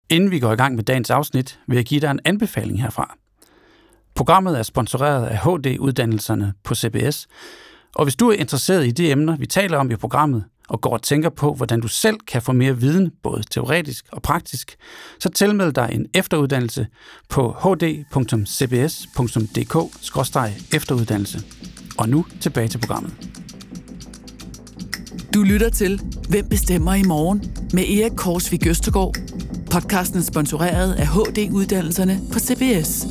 Inden vi går i gang med dagens afsnit, vil jeg give dig en anbefaling herfra. Programmet er sponsoreret af HD-uddannelserne på CBS, og hvis du er interesseret i de emner, vi taler om i programmet, og går og tænker på, hvordan du selv kan få mere viden, både teoretisk og praktisk, så tilmeld dig en efteruddannelse på hd.cbs.dk/efteruddannelse. Og nu tilbage til programmet. Du lytter til Hvem bestemmer i morgen? Med Erik Korsvig Østergaard. Podcasten er sponsoreret af HD-uddannelserne på CBS.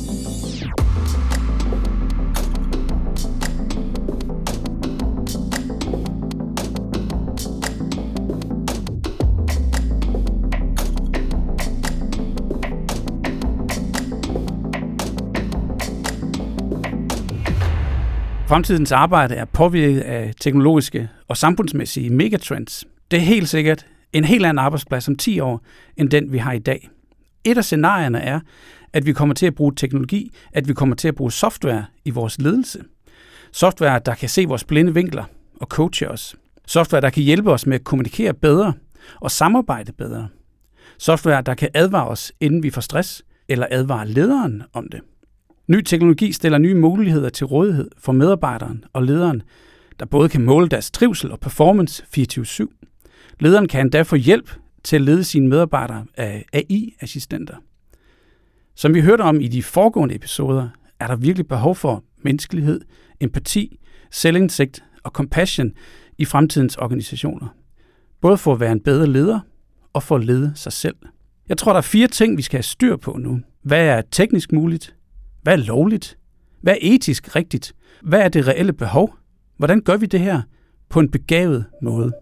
Fremtidens arbejde er påvirket af teknologiske og samfundsmæssige megatrends. Det er helt sikkert en helt anden arbejdsplads om 10 år, end den vi har i dag. Et af scenarierne er, at vi kommer til at bruge teknologi, at vi kommer til at bruge software i vores ledelse. Software, der kan se vores blinde vinkler og coache os. Software, der kan hjælpe os med at kommunikere bedre og samarbejde bedre. Software, der kan advare os, inden vi får stress, eller advare lederen om det. Ny teknologi stiller nye muligheder til rådighed for medarbejderen og lederen, der både kan måle deres trivsel og performance 24/7. Lederen kan endda få hjælp til at lede sine medarbejdere af AI-assistenter. Som vi hørte om i de foregående episoder, er der virkelig behov for menneskelighed, empati, selvindsigt og compassion i fremtidens organisationer. Både for at være en bedre leder og for at lede sig selv. Jeg tror, der er 4 ting, vi skal have styr på nu. Hvad er teknisk muligt? Hvad er lovligt? Hvad er etisk rigtigt? Hvad er det reelle behov? Hvordan gør vi det her på en begavet måde?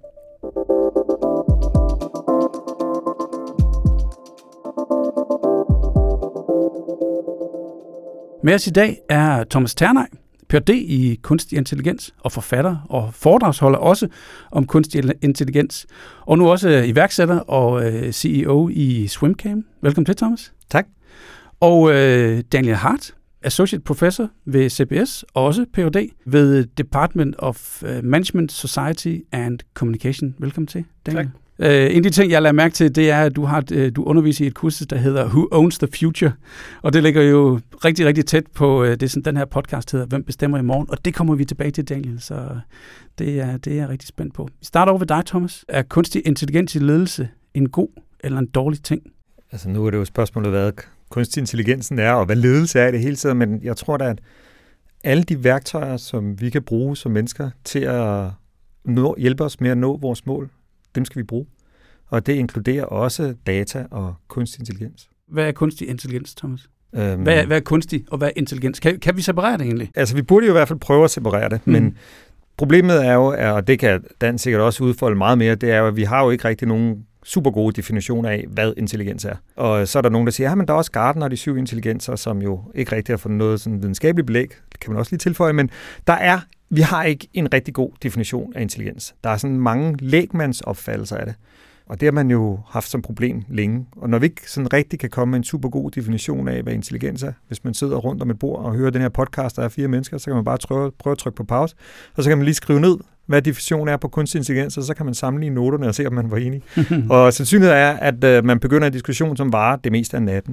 Med os i dag er Thomas Ternay, Ph.D. i kunstig intelligens og forfatter og foredragsholder også om kunstig intelligens, og nu også iværksætter og CEO i SwimCam. Velkommen til, Thomas. Tak. Og Daniel Hart, Associate Professor ved CBS, og også Ph.D. ved Department of Management, Society and Communication. Velkommen til, Daniel. Tak. En af de ting, jeg lader mærke til, det er, at du underviser i et kursus, der hedder Who Owns the Future? Og det ligger jo rigtig, rigtig tæt på det, som den her podcast hedder, Hvem bestemmer i morgen? Og det kommer vi tilbage til, Daniel, så det er jeg rigtig spændt på. Vi starter over ved dig, Thomas. Er kunstig intelligens i ledelse en god eller en dårlig ting? Altså nu er det jo spørgsmålet, hvad kunstig intelligensen er, og hvad ledelse er i det hele taget, men jeg tror da, at alle de værktøjer, som vi kan bruge som mennesker til at hjælpe os med at nå vores mål, dem skal vi bruge. Og det inkluderer også data og kunstig intelligens. Hvad er kunstig intelligens, Thomas? Hvad er kunstig, og hvad er intelligens? Kan vi separere det egentlig? Altså, vi burde jo i hvert fald prøve at separere det, men problemet er jo, og det kan Dan sikkert også udfolde meget mere, det er jo, at vi har jo ikke rigtig nogen super gode definitioner af, hvad intelligens er. Og så er der nogen, der siger, men der er også Gartner og de 7 intelligenser, som jo ikke rigtig har fundet noget sådan videnskabeligt belæg, det kan man også lige tilføje, men vi har ikke en rigtig god definition af intelligens. Der er sådan mange lægmandsopfattelser af det, og det har man jo haft som problem længe. Og når vi ikke sådan rigtig kan komme med en super god definition af, hvad intelligens er, hvis man sidder rundt om et bord og hører den her podcast, der er 4 mennesker, så kan man bare prøve at trykke på pause, og så kan man lige skrive ned, hvad definitionen er på kunstig intelligens, og så kan man sammenligne noterne og se, om man var enig. Og sandsynligheden er, at man begynder en diskussion, som varer det meste af natten.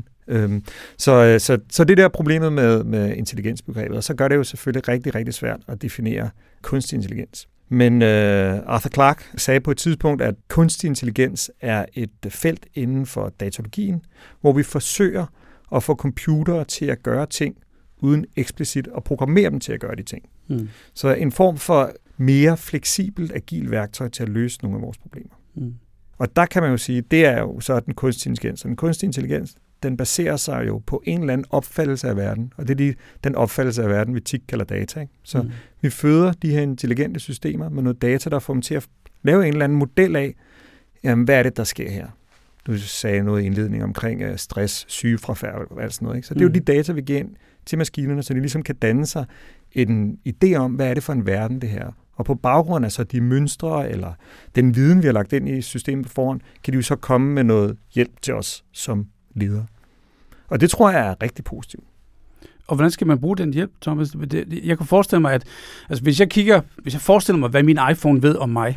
Så det der problemet med intelligensbegrebet, og så gør det jo selvfølgelig rigtig, rigtig svært at definere kunstig intelligens. Men Arthur Clarke sagde på et tidspunkt, at kunstig intelligens er et felt inden for datologien, hvor vi forsøger at få computere til at gøre ting, uden eksplicit at programmere dem til at gøre de ting. Så en form for mere fleksibelt, agil værktøj til at løse nogle af vores problemer. Og der kan man jo sige, det er jo så den kunstig intelligens. Den kunstig intelligens, den baserer sig jo på en eller anden opfattelse af verden, og det er den opfattelse af verden, vi tit kalder data. Ikke? Så vi føder de her intelligente systemer med noget data, der får dem til at lave en eller anden model af, jamen, hvad er det, der sker her? Du sagde noget i indledning omkring stress, sygefravær og alt sådan noget. Ikke? Så det er jo de data, vi giver ind til maskinerne, så de ligesom kan danne sig en idé om, hvad er det for en verden, det her. Og på baggrund af så de mønstre, eller den viden, vi har lagt ind i systemet på forhånd, kan de jo så komme med noget hjælp til os som ledere. Og det tror jeg er rigtig positivt. Og hvordan skal man bruge den hjælp, Thomas? Jeg kan forestille mig, at hvis jeg forestiller mig, hvad min iPhone ved om mig,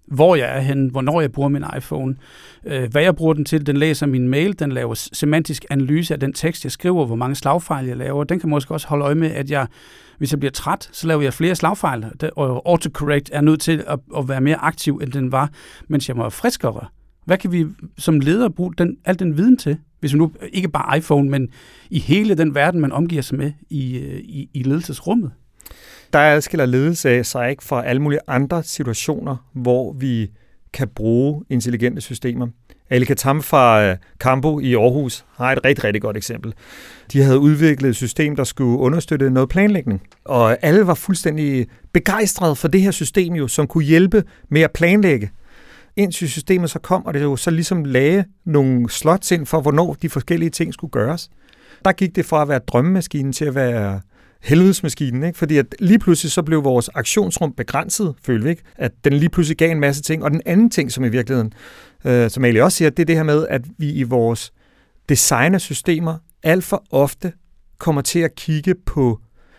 hvor jeg er henne, hvornår jeg bruger min iPhone, hvad jeg bruger den til. Den læser min mail, den laver semantisk analyse af den tekst, jeg skriver, hvor mange slagfejl jeg laver. Den kan måske også holde øje med, at hvis jeg bliver træt, så laver jeg flere slagfejl, og autocorrect er nødt til at være mere aktiv, end den var, mens jeg var friskere. Hvad kan vi som leder bruge al den viden til, hvis vi nu ikke bare iPhone, men i hele den verden, man omgiver sig med i ledelsesrummet? Der adskiller ledelse sig ikke fra alle mulige andre situationer, hvor vi kan bruge intelligente systemer. Ali Khatam fra Cambo i Aarhus har et rigtig, rigtig godt eksempel. De havde udviklet et system, der skulle understøtte noget planlægning. Og alle var fuldstændig begejstrede for det her system, jo, som kunne hjælpe med at planlægge. Indtil systemet så kom, og det jo så ligesom lagde nogle slots ind for, hvornår de forskellige ting skulle gøres. Der gik det fra at være drømmemaskinen til at være helvedesmaskinen, ikke? Fordi at lige pludselig så blev vores aktionsrum begrænset, følte vi, ikke? At den lige pludselig gav en masse ting. Og den anden ting, som i virkeligheden, som Ali også siger, det er det her med, at vi i vores design af systemer alt for ofte kommer til at kigge på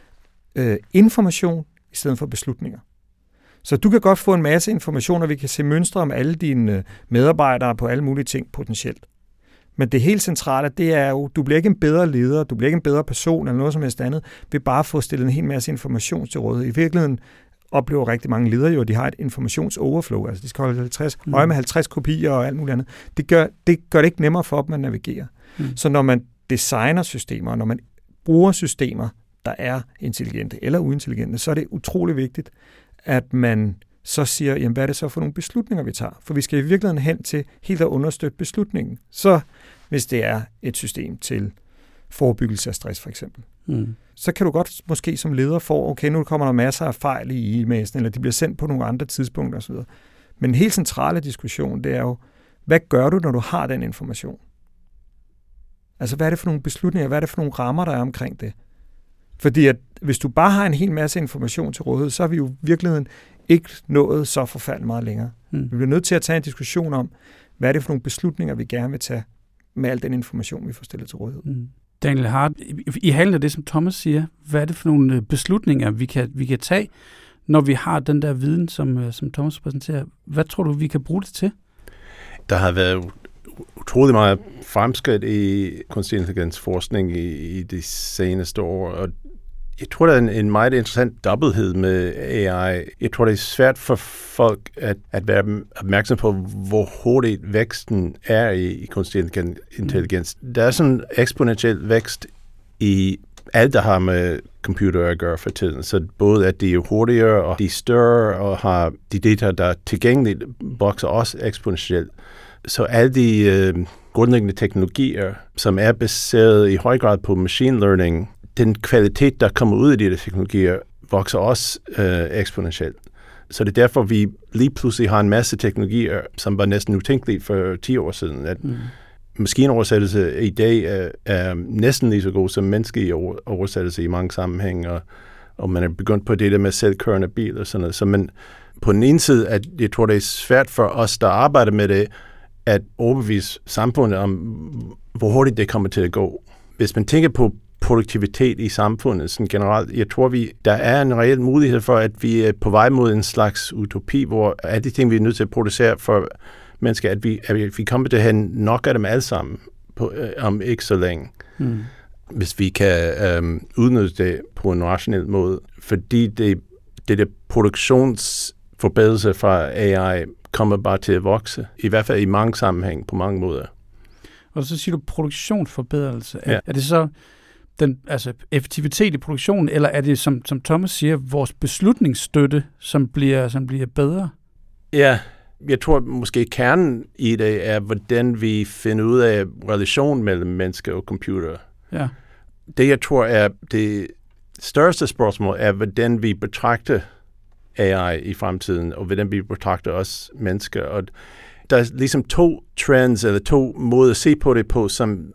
information i stedet for beslutninger. Så du kan godt få en masse information, og vi kan se mønstre om alle dine medarbejdere på alle mulige ting potentielt. Men det helt centrale, det er jo, du bliver ikke en bedre leder, du bliver ikke en bedre person eller noget som helst andet, ved bare at få stillet en hel masse information til rådighed. I virkeligheden oplever rigtig mange ledere jo, at de har et informationsoverflow, altså de skal holde 50, øje med 50 kopier og alt muligt andet. Det gør det ikke nemmere for dem at navigere. Så når man designer systemer, når man bruger systemer, der er intelligente eller uintelligente, så er det utrolig vigtigt, at man så siger, jamen hvad er det så for nogle beslutninger, vi tager? For vi skal i virkeligheden hen til helt at understøtte beslutningen. Så hvis det er et system til forebyggelse af stress for eksempel, så kan du godt måske som leder få, okay, nu kommer der masser af fejl i e-mailen, eller de bliver sendt på nogle andre tidspunkter osv. Men en helt centrale diskussion, det er jo, hvad gør du, når du har den information? Altså, hvad er det for nogle beslutninger, hvad er det for nogle rammer, der er omkring det? Fordi at hvis du bare har en hel masse information til rådighed, så er vi jo i virkeligheden ikke nået så forfærdeligt meget længere. Vi bliver nødt til at tage en diskussion om, hvad er det for nogle beslutninger, vi gerne vil tage med al den information, vi får stillet til rådighed. Daniel Hart, i halen af det, som Thomas siger, hvad er det for nogle beslutninger, vi kan tage, når vi har den der viden, som Thomas præsenterer? Hvad tror du, vi kan bruge det til? Der har været utrolig meget fremskridt i kunstig intelligensforskning i de seneste år, og jeg tror, der er en meget interessant dobbelthed med AI. Jeg tror, det er svært for folk at være opmærksom på, hvor hurtigt væksten er i kunstig intelligens. Der er sådan en eksponentiel vækst i alt, der har med computer at gøre for tiden. Så både at de er hurtigere, og de er større, og har de data, der er tilgængeligt, vokser også eksponentielt. Så alle de grundlæggende teknologier, som er baseret i høj grad på machine learning, den kvalitet, der kommer ud af de teknologier, vokser også eksponentielt. Så det er derfor, vi lige pludselig har en masse teknologier, som var næsten utænkeligt for 10 år siden. At maskinoversættelse i dag er næsten lige så god som menneskelig oversættelse i mange sammenhænge, og man er begyndt på det der med selvkørende bil og sådan noget. Så man, på den ene side, at jeg tror, det er svært for os, der arbejder med det, at overbevise samfundet om, hvor hurtigt det kommer til at gå. Hvis man tænker på produktivitet i samfundet sådan generelt, jeg tror, der er en reel mulighed for, at vi er på vej mod en slags utopi, hvor alle de ting, vi er nødt til at producere for mennesker, at vi kommer til at have nok af dem alle sammen om ikke så længe. Hvis vi kan udnytte det på en rationel måde. Fordi det der produktionsforbedrelse fra AI kommer bare til at vokse. I hvert fald i mange sammenhæng på mange måder. Og så siger du produktionsforbedrelse. Ja. Er det så effektivitet i produktionen, eller er det, som Thomas siger, vores beslutningsstøtte, som bliver bedre? Ja, jeg tror måske kernen i det er, hvordan vi finder ud af relationen mellem mennesker og computer. Ja. Det, jeg tror, er det største spørgsmål, er, hvordan vi betragter AI i fremtiden, og hvordan vi betragter os mennesker. Og der er ligesom 2 trends, eller 2 måder at se på det på, som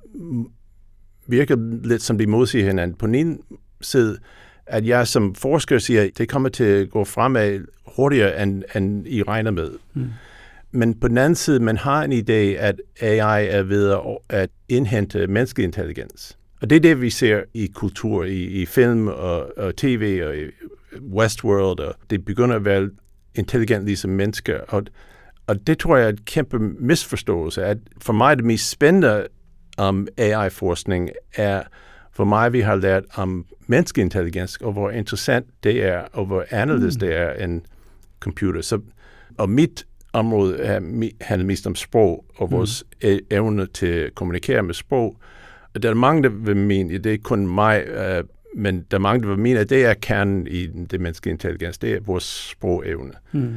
virker lidt som de modsiger hinanden. På den ene side, at jeg som forsker siger, at det kommer til at gå fremad hurtigere, end I regner med. Men på den anden side, man har en idé, at AI er ved at indhente menneskelig intelligens. Og det er det, vi ser i kultur, i film og tv og i Westworld. Og det begynder at være intelligent ligesom mennesker. Og det tror jeg er et kæmpe misforståelse. At for mig det mest spændende om AI-forskning er, for mig vi har lært om menneskelig intelligens, og hvor interessant det er, og hvor anderledes det er end computer. Og mit område handler mest om sprog, og vores evne til at kommunikere med sprog. Og der er mange, der vil mene, det er ikke kun mig, men der er mange, der vil mene, at det er kernen i det menneskelige intelligens. Det er vores sprogevne.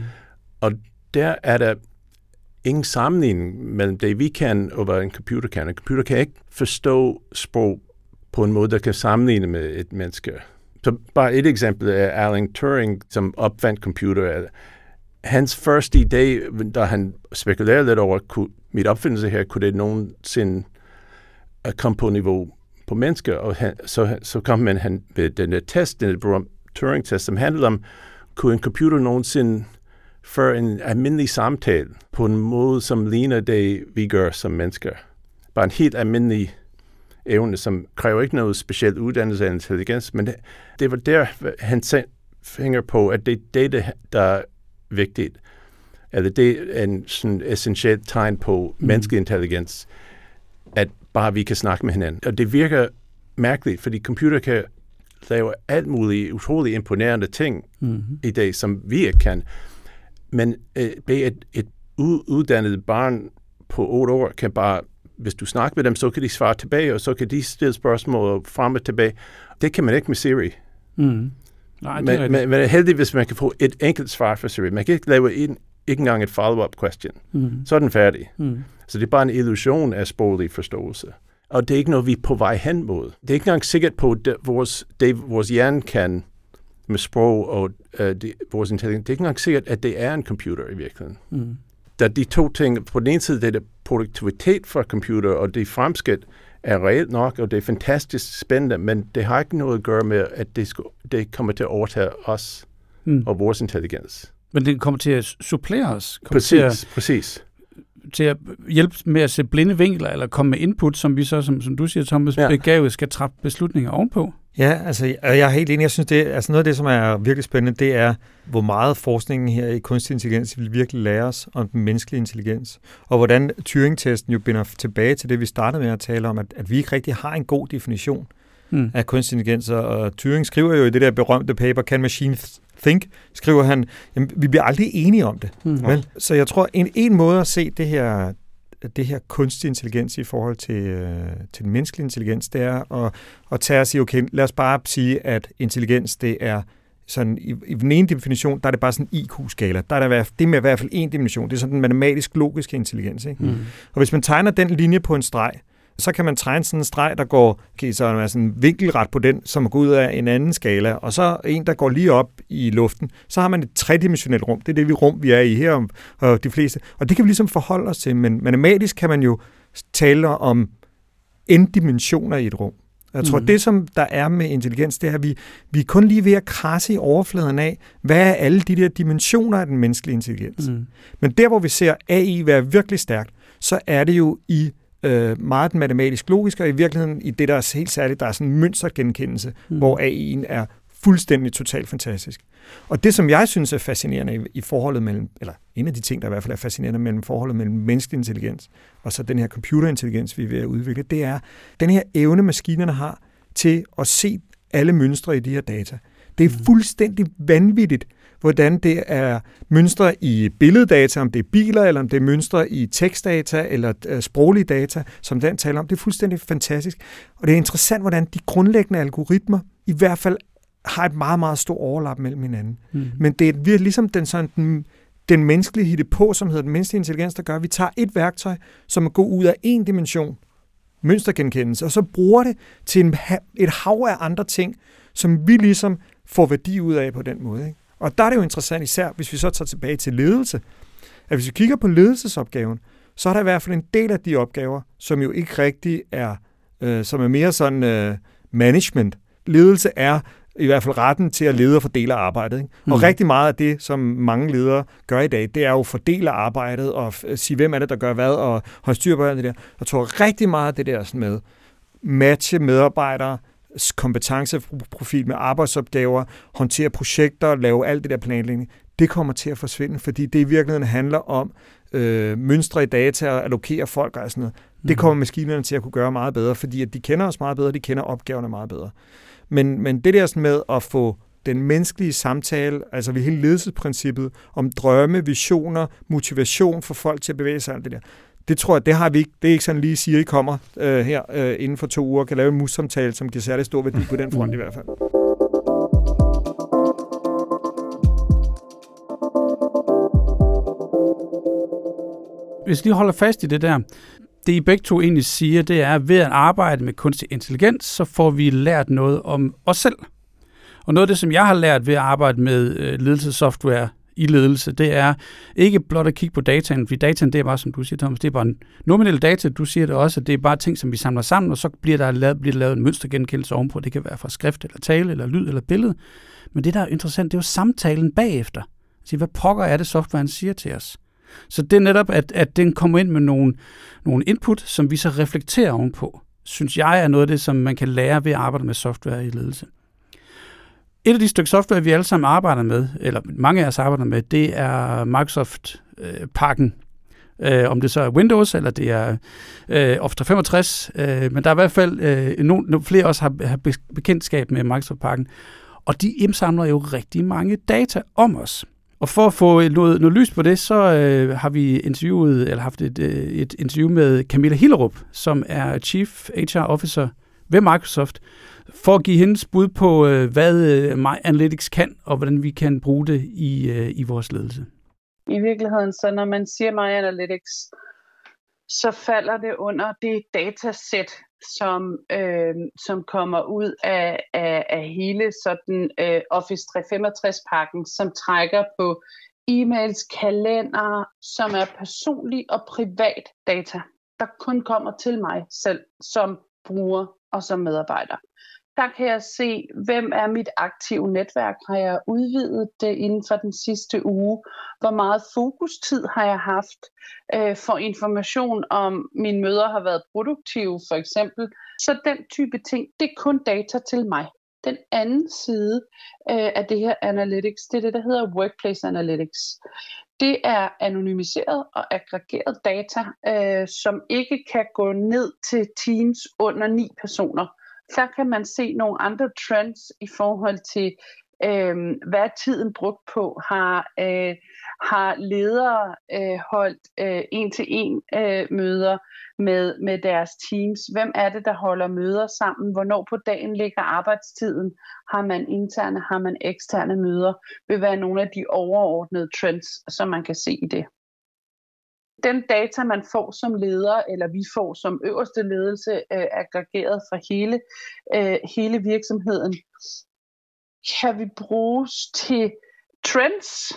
Og der er der ingen sammenligning mellem det, vi kan, og hvad en computer kan. En computer kan ikke forstå sprog på en måde, der kan sammenligne med et menneske. Så bare et eksempel er Alan Turing, som opfandt computer. Hans første idé, da han spekulerede lidt over, mit opfindelse her, kunne det nogensinde komme på niveau på mennesker, og så kom han med den test, den berømte Turing-test, som handlede om, kunne en computer nogensinde føre en almindelig samtale på en måde, som ligner det, vi gør som mennesker. Bare en helt almindelig evne, som kræver ikke noget specielt uddannelse af intelligens, men det var der, han finger på, at det er det, der er vigtigt. Eller det er en sådan essentielt tegn på menneskelig intelligens, at bare vi kan snakke med hinanden. Og det virker mærkeligt, fordi computer kan lave alt muligt utroligt imponerende ting i det, som vi ikke kan. Men et uddannet barn på 8 år kan bare, hvis du snakker med dem, så kan de svare tilbage, og så kan de stille spørgsmål frem og tilbage. Det kan man ikke med Siri. Nej, men er heldig, hvis man kan få et enkelt svar fra Siri. Man kan ikke lave ikke engang et follow-up question. Så er den færdig. Så det er bare en illusion af sproglig forståelse. Og det er ikke noget, vi er på vej hen mod. Det er ikke engang sikkert på, det vores hjerne kan med sprog og vores intelligens. Det er ikke engang sikkert, at det er en computer i virkeligheden. Der de to ting, på den ene side, det er det produktivitet for computer, og det fremskridt er reelt nok, og det er fantastisk spændende, men det har ikke noget at gøre med, at det kommer til at overtage os og vores intelligens. Men det kommer til at supplere os. Præcis. Til at hjælpe med at se blinde vinkler, eller komme med input, som vi så, som du siger, Thomas, begavet skal træffe beslutninger ovenpå. Ja, altså jeg er helt enig. Jeg synes, noget af det, som er virkelig spændende, det er, hvor meget forskningen her i kunstig intelligens vil virkelig lære os om den menneskelige intelligens. Og hvordan Turing-testen jo binder tilbage til det, vi startede med at tale om, at vi ikke rigtig har en god definition af kunstig intelligens. Og Turing skriver jo i det der berømte paper, Can Machines Think, skriver han, jamen, vi bliver aldrig enige om det. Vel? Så jeg tror, en måde at se det her kunstig intelligens i forhold til den menneskelige intelligens, det er at tage og sige, okay, lad os bare sige, at intelligens, det er sådan, i den ene definition, der er det bare sådan en IQ-skala. Der er det med i hvert fald en dimension. Det er sådan den matematisk-logiske intelligens. Ikke? Og hvis man tegner den linje på en streg, så kan man tegne sådan en streg, der går, så er der sådan en vinkelret på den, som går ud af en anden skala, og så en, der går lige op i luften. Så har man et tredimensionelt rum. Det er det rum, vi er i her, og de fleste. Og det kan vi ligesom forholde os til, men matematisk kan man jo tale om n-dimensioner i et rum. Jeg tror, det som der er med intelligens, det er, at vi er kun lige ved at krasse i overfladen af, hvad er alle de der dimensioner af den menneskelige intelligens. Men der, hvor vi ser AI være virkelig stærkt, så er det jo i meget matematisk logisk, og i virkeligheden i det, der er helt særligt, der er sådan en mønstergenkendelse, hvor AI'en er fuldstændig totalt fantastisk. Og det, som jeg synes er fascinerende i forholdet mellem, eller en af de ting, der i hvert fald er fascinerende mellem forholdet mellem menneskelig intelligens og så den her computerintelligens, vi er ved at udvikle, det er den her evne, maskinerne har til at se alle mønstre i de her data. Det er fuldstændig vanvittigt, hvordan det er mønstre i billeddata, om det er biler, eller om det er mønstre i tekstdata, eller sproglige data, som den taler om. Det er fuldstændig fantastisk. Og det er interessant, hvordan de grundlæggende algoritmer i hvert fald har et meget, meget stort overlap mellem hinanden. Men det er ligesom den menneskelige hittepå, som hedder den menneskelige intelligens, der gør, at vi tager et værktøj, som går ud af en dimension, mønstergenkendelse, og så bruger det til et hav af andre ting, som vi ligesom får værdi ud af på den måde. Ikke? Og der er det jo interessant, især hvis vi så tager tilbage til ledelse, at hvis vi kigger på ledelsesopgaven, så er der i hvert fald en del af de opgaver, som jo ikke rigtig er, som er mere sådan management. Ledelse er i hvert fald retten til at lede og fordele arbejdet. Ikke? Og rigtig meget af det, som mange ledere gør i dag, det er jo at fordele arbejdet og sige, hvem er det, der gør hvad, og holde styr på alt det der. Jeg tror rigtig meget af det der sådan med matche medarbejdere, kompetenceprofil med arbejdsopgaver, håndtere projekter, lave alt det der planlægning. det kommer til at forsvinde, fordi det i virkeligheden handler om mønstre i data og allokere folk og sådan noget. Det kommer maskinerne til at kunne gøre meget bedre, fordi at de kender os meget bedre, de kender opgaverne meget bedre. Men det der sådan med at få den menneskelige samtale, altså ved hele ledelsesprincippet, om drømme, visioner, motivation for folk til at bevæge sig, alt det der, det tror jeg, det har vi ikke. Det er ikke sådan lige siger, I kommer her inden for 2 uger, kan lave en mus-samtale, som giver særlig stor værdi på den front i hvert fald. Hvis vi holder fast i det der, det I begge to egentlig siger, det er, at ved at arbejde med kunstig intelligens, så får vi lært noget om os selv. Og noget af det, som jeg har lært ved at arbejde med ledelsessoftware i ledelse, det er ikke blot at kigge på dataen, fordi dataen, det er bare, som du siger, Thomas, det er bare nominelle data. Du siger det også, at det er bare ting, som vi samler sammen, og så bliver der lavet en mønstergenkendelse ovenpå. Det kan være fra skrift, eller tale, eller lyd, eller billede. Men det, der er interessant, det er jo samtalen bagefter. Altså, hvad pokker er det, softwaren siger til os? Så det er netop, at den kommer ind med nogle input, som vi så reflekterer ovenpå, synes jeg er noget af det, som man kan lære ved at arbejde med software i ledelse. Et af de stykker software, vi alle sammen arbejder med, eller mange af os arbejder med, det er Microsoft-pakken. Om det så er Windows, eller det er Office 365, men der er i hvert fald flere også har bekendtskab med Microsoft-pakken, og de indsamler jo rigtig mange data om os. Og for at få noget lys på det, så har vi haft et interview med Camilla Hillerup, som er Chief HR Officer ved Microsoft, for at give hendes bud på, hvad My Analytics kan, og hvordan vi kan bruge det i vores ledelse. I virkeligheden, så når man siger My Analytics, så falder det under det datasæt, som kommer ud af hele sådan Office 365-pakken, som trækker på e-mails, kalender, som er personlig og privat data, der kun kommer til mig selv som bruger og som medarbejder. Der kan jeg se, hvem er mit aktive netværk? Har jeg udvidet det inden for den sidste uge? Hvor meget fokustid har jeg haft for information om mine møder har været produktive, for eksempel? Så den type ting, det er kun data til mig. Den anden side af det her analytics, det er det, der hedder Workplace Analytics. Det er anonymiseret og aggregeret data, som ikke kan gå ned til teams under 9 personer. Der kan man se nogle andre trends i forhold til, hvad er tiden brugt på. Har ledere holdt en-til-en møder med deres teams? Hvem er det, der holder møder sammen? Hvornår på dagen ligger arbejdstiden? Har man interne, har man eksterne møder? Vil være nogle af de overordnede trends, som man kan se i det. Den data, man får som leder, eller vi får som øverste ledelse, aggregeret fra hele virksomheden, kan vi bruges til trends,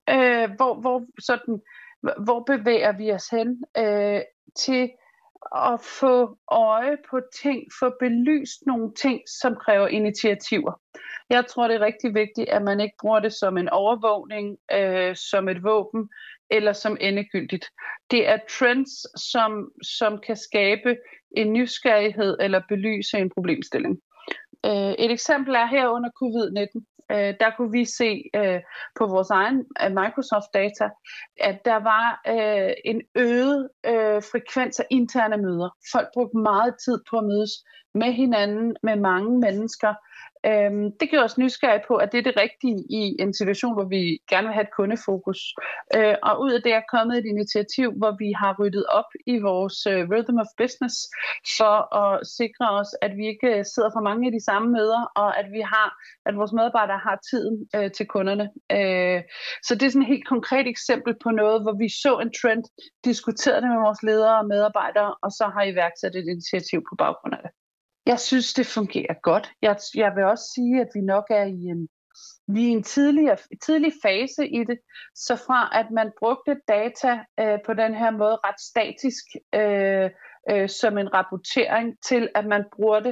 hvor bevæger vi os hen, til at få øje på ting, få belyst nogle ting, som kræver initiativer. Jeg tror, det er rigtig vigtigt, at man ikke bruger det som en overvågning, som et våben, eller som endegyldigt. Det er trends, som kan skabe en nysgerrighed eller belyse en problemstilling. Et eksempel er her under covid-19. Der kunne vi se på vores egen Microsoft-data, at der var en øget frekvens af interne møder. Folk brugte meget tid på at mødes med hinanden, med mange mennesker. Det gjorde os nysgerrige på, at det er det rigtige i en situation, hvor vi gerne vil have et kundefokus. Og ud af det er kommet et initiativ, hvor vi har ryddet op i vores Rhythm of Business for at sikre os, at vi ikke sidder for mange i de samme møder, og at vores medarbejdere har tiden til kunderne. Så det er sådan et helt konkret eksempel på noget, hvor vi så en trend, diskuterede det med vores ledere og medarbejdere, og så har iværksat et initiativ på baggrund af det. Jeg synes, det fungerer godt. Jeg vil også sige, at vi nok er i en tidlig fase i det, så fra at man brugte data på den her måde ret statisk som en rapportering, til at man bruger det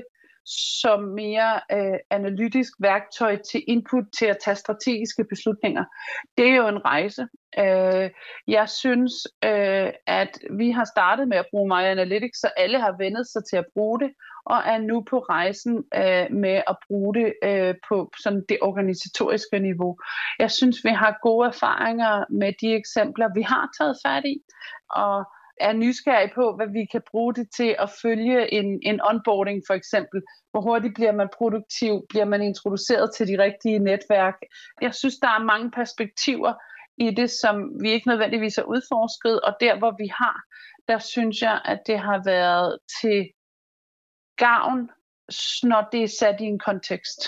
som mere analytisk værktøj til input til at tage strategiske beslutninger. Det er jo en rejse. Jeg synes, at vi har startet med at bruge My Analytics, så alle har vendt sig til at bruge det, og er nu på rejsen med at bruge det på sådan det organisatoriske niveau. Jeg synes, vi har gode erfaringer med de eksempler, vi har taget fat i, og er nysgerrig på, hvad vi kan bruge det til at følge en onboarding for eksempel. Hvor hurtigt bliver man produktiv? Bliver man introduceret til de rigtige netværk? Jeg synes, der er mange perspektiver i det, som vi ikke nødvendigvis har udforsket, og der, hvor vi har, der synes jeg, at det har været til gavn, når det er sat i en kontekst.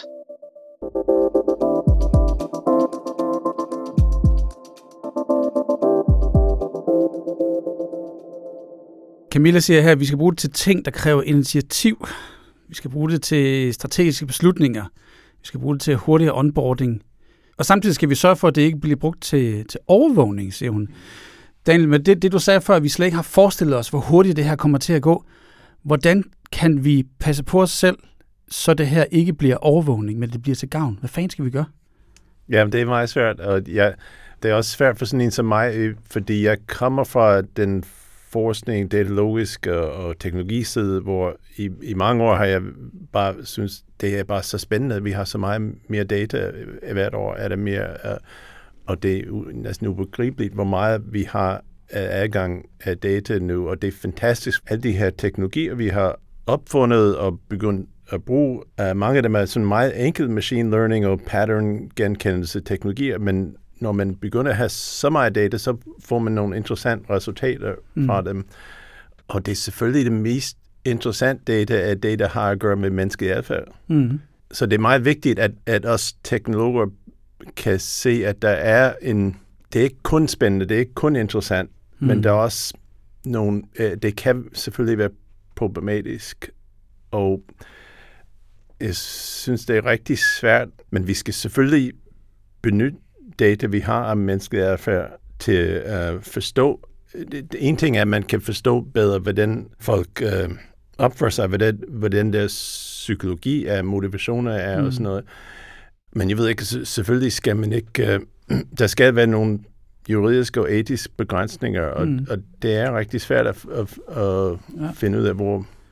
Camilla siger her, at vi skal bruge det til ting, der kræver initiativ. Vi skal bruge det til strategiske beslutninger. Vi skal bruge det til hurtigere onboarding. Og samtidig skal vi sørge for, at det ikke bliver brugt til overvågning, siger hun. Daniel, med det du sagde før, at vi slet ikke har forestillet os, hvor hurtigt det her kommer til at gå. Hvordan kan vi passe på os selv, så det her ikke bliver overvågning, men det bliver til gavn? Hvad fanden skal vi gøre? Jamen, det er meget svært, og det er også svært for sådan en som mig, fordi jeg kommer fra den forskning, datalogisk og teknologiside, hvor i mange år har jeg bare synes, det er bare så spændende, at vi har så meget mere data hvert år, er det mere, og det er næsten ubegribeligt, hvor meget vi har adgang af data nu, og det er fantastisk. Alle de her teknologier, vi har opfundet og begyndt at bruge, mange af dem er sådan meget enkelt machine learning og pattern genkendelse teknologier, men når man begynder at have så meget data, så får man nogle interessante resultater fra dem. Og det er selvfølgelig det mest interessante data, at data har at gøre med menneskelig adfærd. Så det er meget vigtigt, at os teknologer kan se, at der er det er ikke kun spændende, det er ikke kun interessant, men der er også nogle, det kan selvfølgelig være problematisk, og jeg synes, det er rigtig svært, men vi skal selvfølgelig benytte data, vi har om menneskelig adfærd til at forstå. En ting er, at man kan forstå bedre, hvordan folk opfører sig, hvordan deres psykologi er, motivationer er og sådan noget. Men jeg ved ikke, selvfølgelig skal man ikke, der skal være nogle juridiske og etiske begrænsninger, og det er rigtig svært at finde ud af,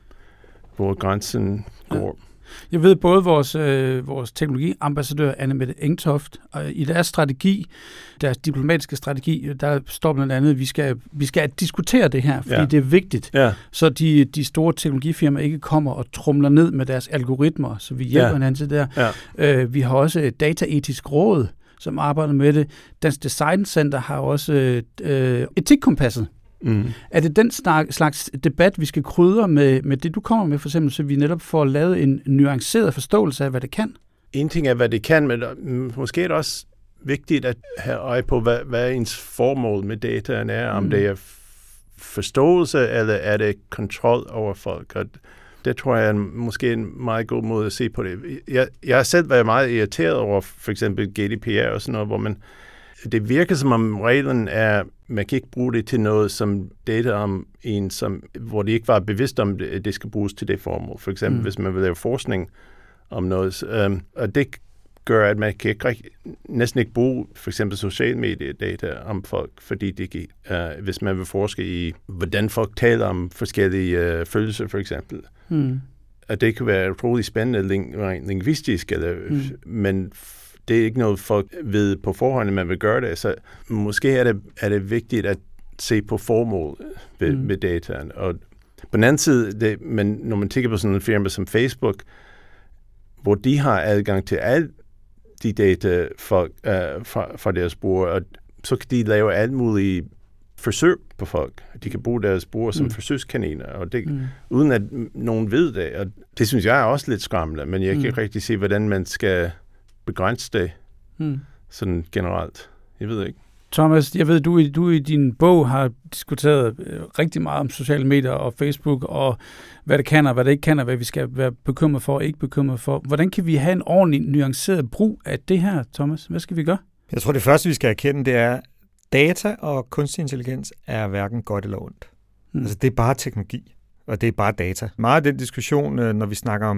hvor grænsen går. Jeg ved både vores teknologiambassadør, Anne-Mette Engtoft, og i deres strategi, deres diplomatiske strategi, der står blandt andet, at vi skal diskutere det her, fordi det er vigtigt, så de store teknologifirmaer ikke kommer og tromler ned med deres algoritmer, så vi hjælper hinanden til det der. Vi har også et dataetisk råd, som arbejder med det. Dansk Design Center har også etikkompasset. Er det den slags debat, vi skal krydre med det, du kommer med, for eksempel, så vi netop får lavet en nuanceret forståelse af, hvad det kan? En ting er, hvad det kan, men måske er det også vigtigt at have øje på, hvad ens formål med dataen er, om det er forståelse, eller er det kontrol over folk. Og det tror jeg er måske en meget god måde at se på det. Jeg har selv været meget irriteret over for eksempel GDPR og sådan noget, hvor det virker som om reglen er, man kan ikke bruge det til noget som data om en, hvor de ikke var bevidst om, at det skal bruges til det formål. For eksempel, hvis man vil lave forskning om noget. Og det gør, at man kan næsten ikke bruge for eksempel social mediedata om folk, fordi hvis man vil forske i, hvordan folk taler om forskellige følelser, for eksempel. Og det kan være utrolig spændende lingvistisk, men det er ikke noget, folk ved på forhånd, at man vil gøre det. Så måske er det vigtigt at se på formål med dataen. Og på den anden side, men når man tænker på sådan en firma som Facebook, hvor de har adgang til alle de data fra deres brugere, og så kan de lave alt mulige forsøg på folk. De kan bruge deres brugere som forsøgskaniner, og uden at nogen ved det. Og det synes jeg er også lidt skræmmende, men jeg kan ikke rigtig se, hvordan man skal begrænse det sådan generelt. Jeg ved ikke. Thomas, jeg ved, du i din bog har diskuteret rigtig meget om sociale medier og Facebook, og hvad det kan og hvad det ikke kan, og hvad vi skal være bekymret for og ikke bekymret for. Hvordan kan vi have en ordentlig nuanceret brug af det her, Thomas? Hvad skal vi gøre? Jeg tror, det første, vi skal erkende, det er, data og kunstig intelligens er hverken godt eller ondt. Altså, det er bare teknologi, og det er bare data. Meget af den diskussion, når vi snakker om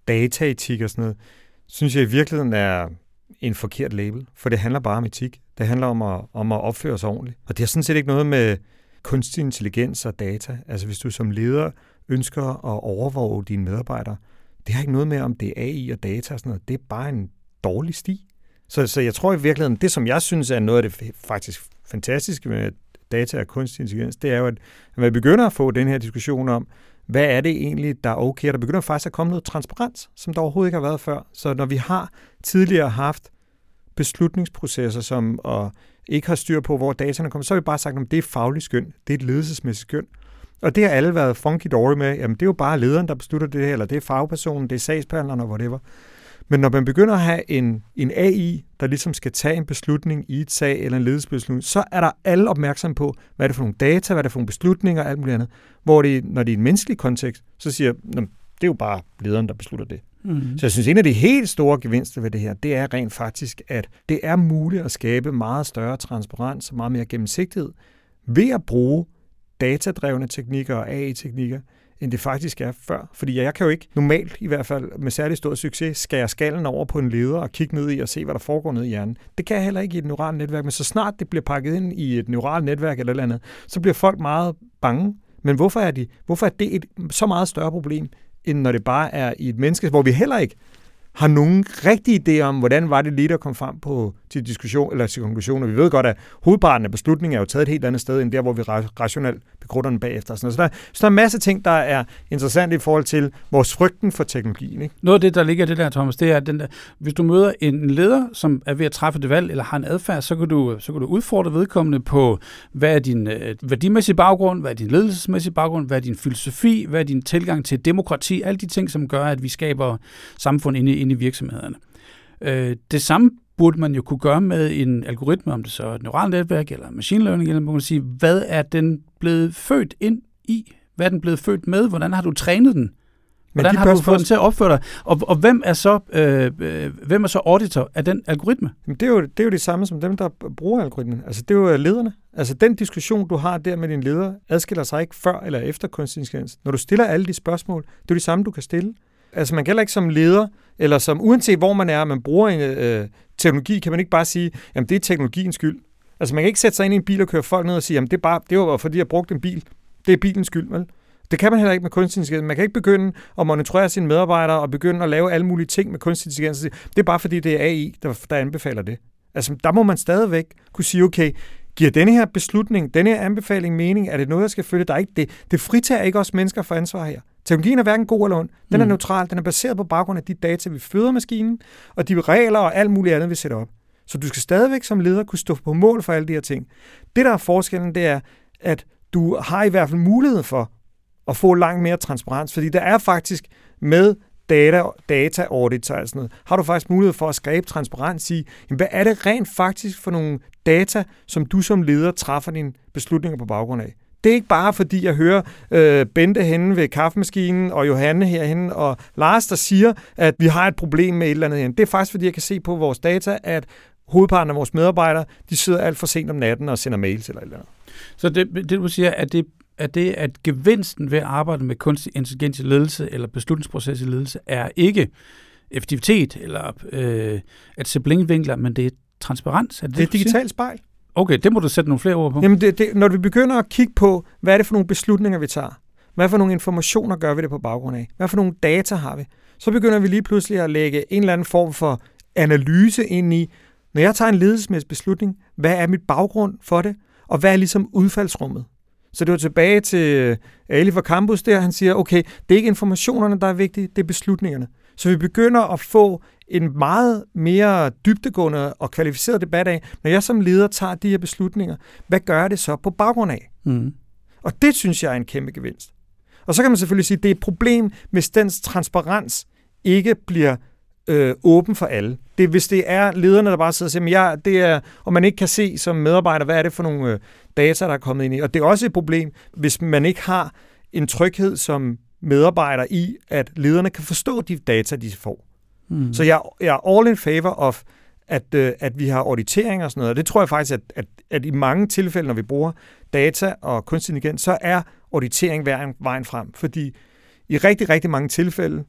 dataetik og sådan noget, synes jeg i virkeligheden er en forkert label, for det handler bare om etik. Det handler om at opføre sig ordentligt. Og det har sådan set ikke noget med kunstig intelligens og data. Altså hvis du som leder ønsker at overvåge dine medarbejdere, det har ikke noget med, om det er AI og data og sådan noget. Det er bare en dårlig sti. Så jeg tror i virkeligheden, det som jeg synes er noget af det faktisk fantastiske med data og kunstig intelligens, det er jo, at man begynder at få den her diskussion om, hvad er det egentlig, der er okay? Der begynder faktisk at komme noget transparens, som der overhovedet ikke har været før. Så når vi har tidligere haft beslutningsprocesser, som ikke har styr på, hvor dataene kommer, så har vi bare sagt, at det er fagligt skøn, det er et ledelsesmæssigt skøn. Og det har alle været funky-dory med, jamen det er jo bare lederen, der beslutter det her, eller det er fagpersonen, det er sagsbehandleren og whatever. Men når man begynder at have en AI, der ligesom skal tage en beslutning i et sag eller en ledelsesbeslutning, så er der alle opmærksom på, hvad er det for nogle data, hvad er det for nogle beslutninger og alt muligt andet. Hvor det, når det er en menneskelig kontekst, så siger det er jo bare lederen, der beslutter det. Mm-hmm. Så jeg synes, en af de helt store gevinster ved det her, det er rent faktisk, at det er muligt at skabe meget større transparens og meget mere gennemsigtighed ved at bruge datadrevne teknikker og AI-teknikker, end det faktisk er før. Fordi jeg kan jo ikke normalt, i hvert fald med særlig stor succes, skære skallen over på en leder og kigge ned i og se, hvad der foregår ned i hjernen. Det kan jeg heller ikke i et neuralt netværk, men så snart det bliver pakket ind i et neuralt netværk eller andet, så bliver folk meget bange. Men hvorfor er det et så meget større problem, end når det bare er i et menneske, hvor vi heller ikke har nogen rigtig idé om, hvordan var det lige, der kom frem til diskussion eller til konklusioner. Vi ved godt, at hovedparten af beslutningen er jo taget et helt andet sted, end der, hvor vi rationelt begrunder den bagefter. Så der er en masse ting, der er interessante i forhold til vores frygten for teknologien. Ikke? Noget af det, der ligger i det der, Thomas, det er, at hvis du møder en leder, som er ved at træffe det valg, eller har en adfærd, så kan du udfordre vedkommende på, hvad er din værdimæssige baggrund, hvad er din ledelsesmæssige baggrund, hvad er din filosofi, hvad er din tilgang til demokrati, alle de ting, som gør, at vi skaber samfund inde i virksomhederne. Det samme burde man jo kunne gøre med en algoritme, om det så er et neuralt netværk eller machine learning, eller man kan sige, hvad er den blevet født ind i? Hvad er den blevet født med? Hvordan har du trænet den? Hvordan har du fået den til at opføre dig? Og hvem er så auditor af den algoritme? Det er jo det samme som dem, der bruger algoritmen. Altså det er jo lederne. Altså den diskussion, du har der med din leder, adskiller sig ikke før eller efter kunstig intelligens. Når du stiller alle de spørgsmål, det er det samme, du kan stille. Altså man kan heller ikke som leder, eller som uanset hvor man er, man bruger en teknologi, kan man ikke bare sige, jamen det er teknologiens skyld. Altså man kan ikke sætte sig ind i en bil og køre folk ned og sige, jamen det var fordi jeg brugte en bil. Det er bilens skyld, vel? Det kan man heller ikke med kunstig intelligens. Man kan ikke begynde at monitorere sine medarbejdere og begynde at lave alle mulige ting med kunstig intelligens. Det er bare fordi det er AI, der anbefaler det. Altså der må man stadigvæk kunne sige, okay, giver denne her beslutning, denne her anbefaling mening? Er det noget, jeg skal følge? Der er ikke det fritager ikke os mennesker for ansvar her. Teknologien er hverken god eller ond. Den er neutral. Den er baseret på baggrund af de data, vi føder maskinen, og de regler og alt muligt andet, vi sætter op. Så du skal stadigvæk som leder kunne stå på mål for alle de her ting. Det, der er forskellen, det er, at du har i hvert fald mulighed for at få langt mere transparens, fordi der er faktisk med data audit og sådan noget, har du faktisk mulighed for at skabe transparens i, jamen, hvad er det rent faktisk for nogle data, som du som leder træffer dine beslutninger på baggrund af. Det er ikke bare fordi, jeg hører Bente henne ved kaffemaskinen, og Johanne herhenne, og Lars, der siger, at vi har et problem med et eller andet herinde. Det er faktisk fordi, jeg kan se på vores data, at hovedparten af vores medarbejdere, de sidder alt for sent om natten og sender mails eller et eller andet. Så det du siger, at gevinsten ved at arbejde med kunstig intelligens i ledelse eller beslutningsproces i ledelse er ikke effektivitet eller at se blindvinkler, men det er transparens. Er det er et digitalt spejl. Okay, det må du sætte nogle flere ord på. Jamen når vi begynder at kigge på, hvad er det for nogle beslutninger, vi tager? Hvad for nogle informationer gør vi det på baggrund af? Hvad for nogle data har vi? Så begynder vi lige pludselig at lægge en eller anden form for analyse ind i, når jeg tager en ledelsesmæssig beslutning, hvad er mit baggrund for det? Og hvad er ligesom udfaldsrummet? Så det var tilbage til Ali fra Campus der, han siger, okay, det er ikke informationerne, der er vigtige, det er beslutningerne. Så vi begynder at få en meget mere dybdegående og kvalificeret debat af, når jeg som leder tager de her beslutninger, hvad gør det så på baggrund af? Mm. Og det synes jeg er en kæmpe gevinst. Og så kan man selvfølgelig sige, at det er et problem, hvis dens transparens ikke bliver åben for alle. Hvis det er lederne, der bare sidder og siger, og man ikke kan se som medarbejder, hvad er det for nogle data, der er kommet ind i. Og det er også et problem, hvis man ikke har en tryghed som medarbejder i, at lederne kan forstå de data, de får. Mm. Så jeg er all in favor of, at vi har auditering og sådan noget. Og det tror jeg faktisk, at i mange tilfælde, når vi bruger data og kunstig intelligens, så er auditering vejen frem. Fordi i rigtig, rigtig mange tilfælde,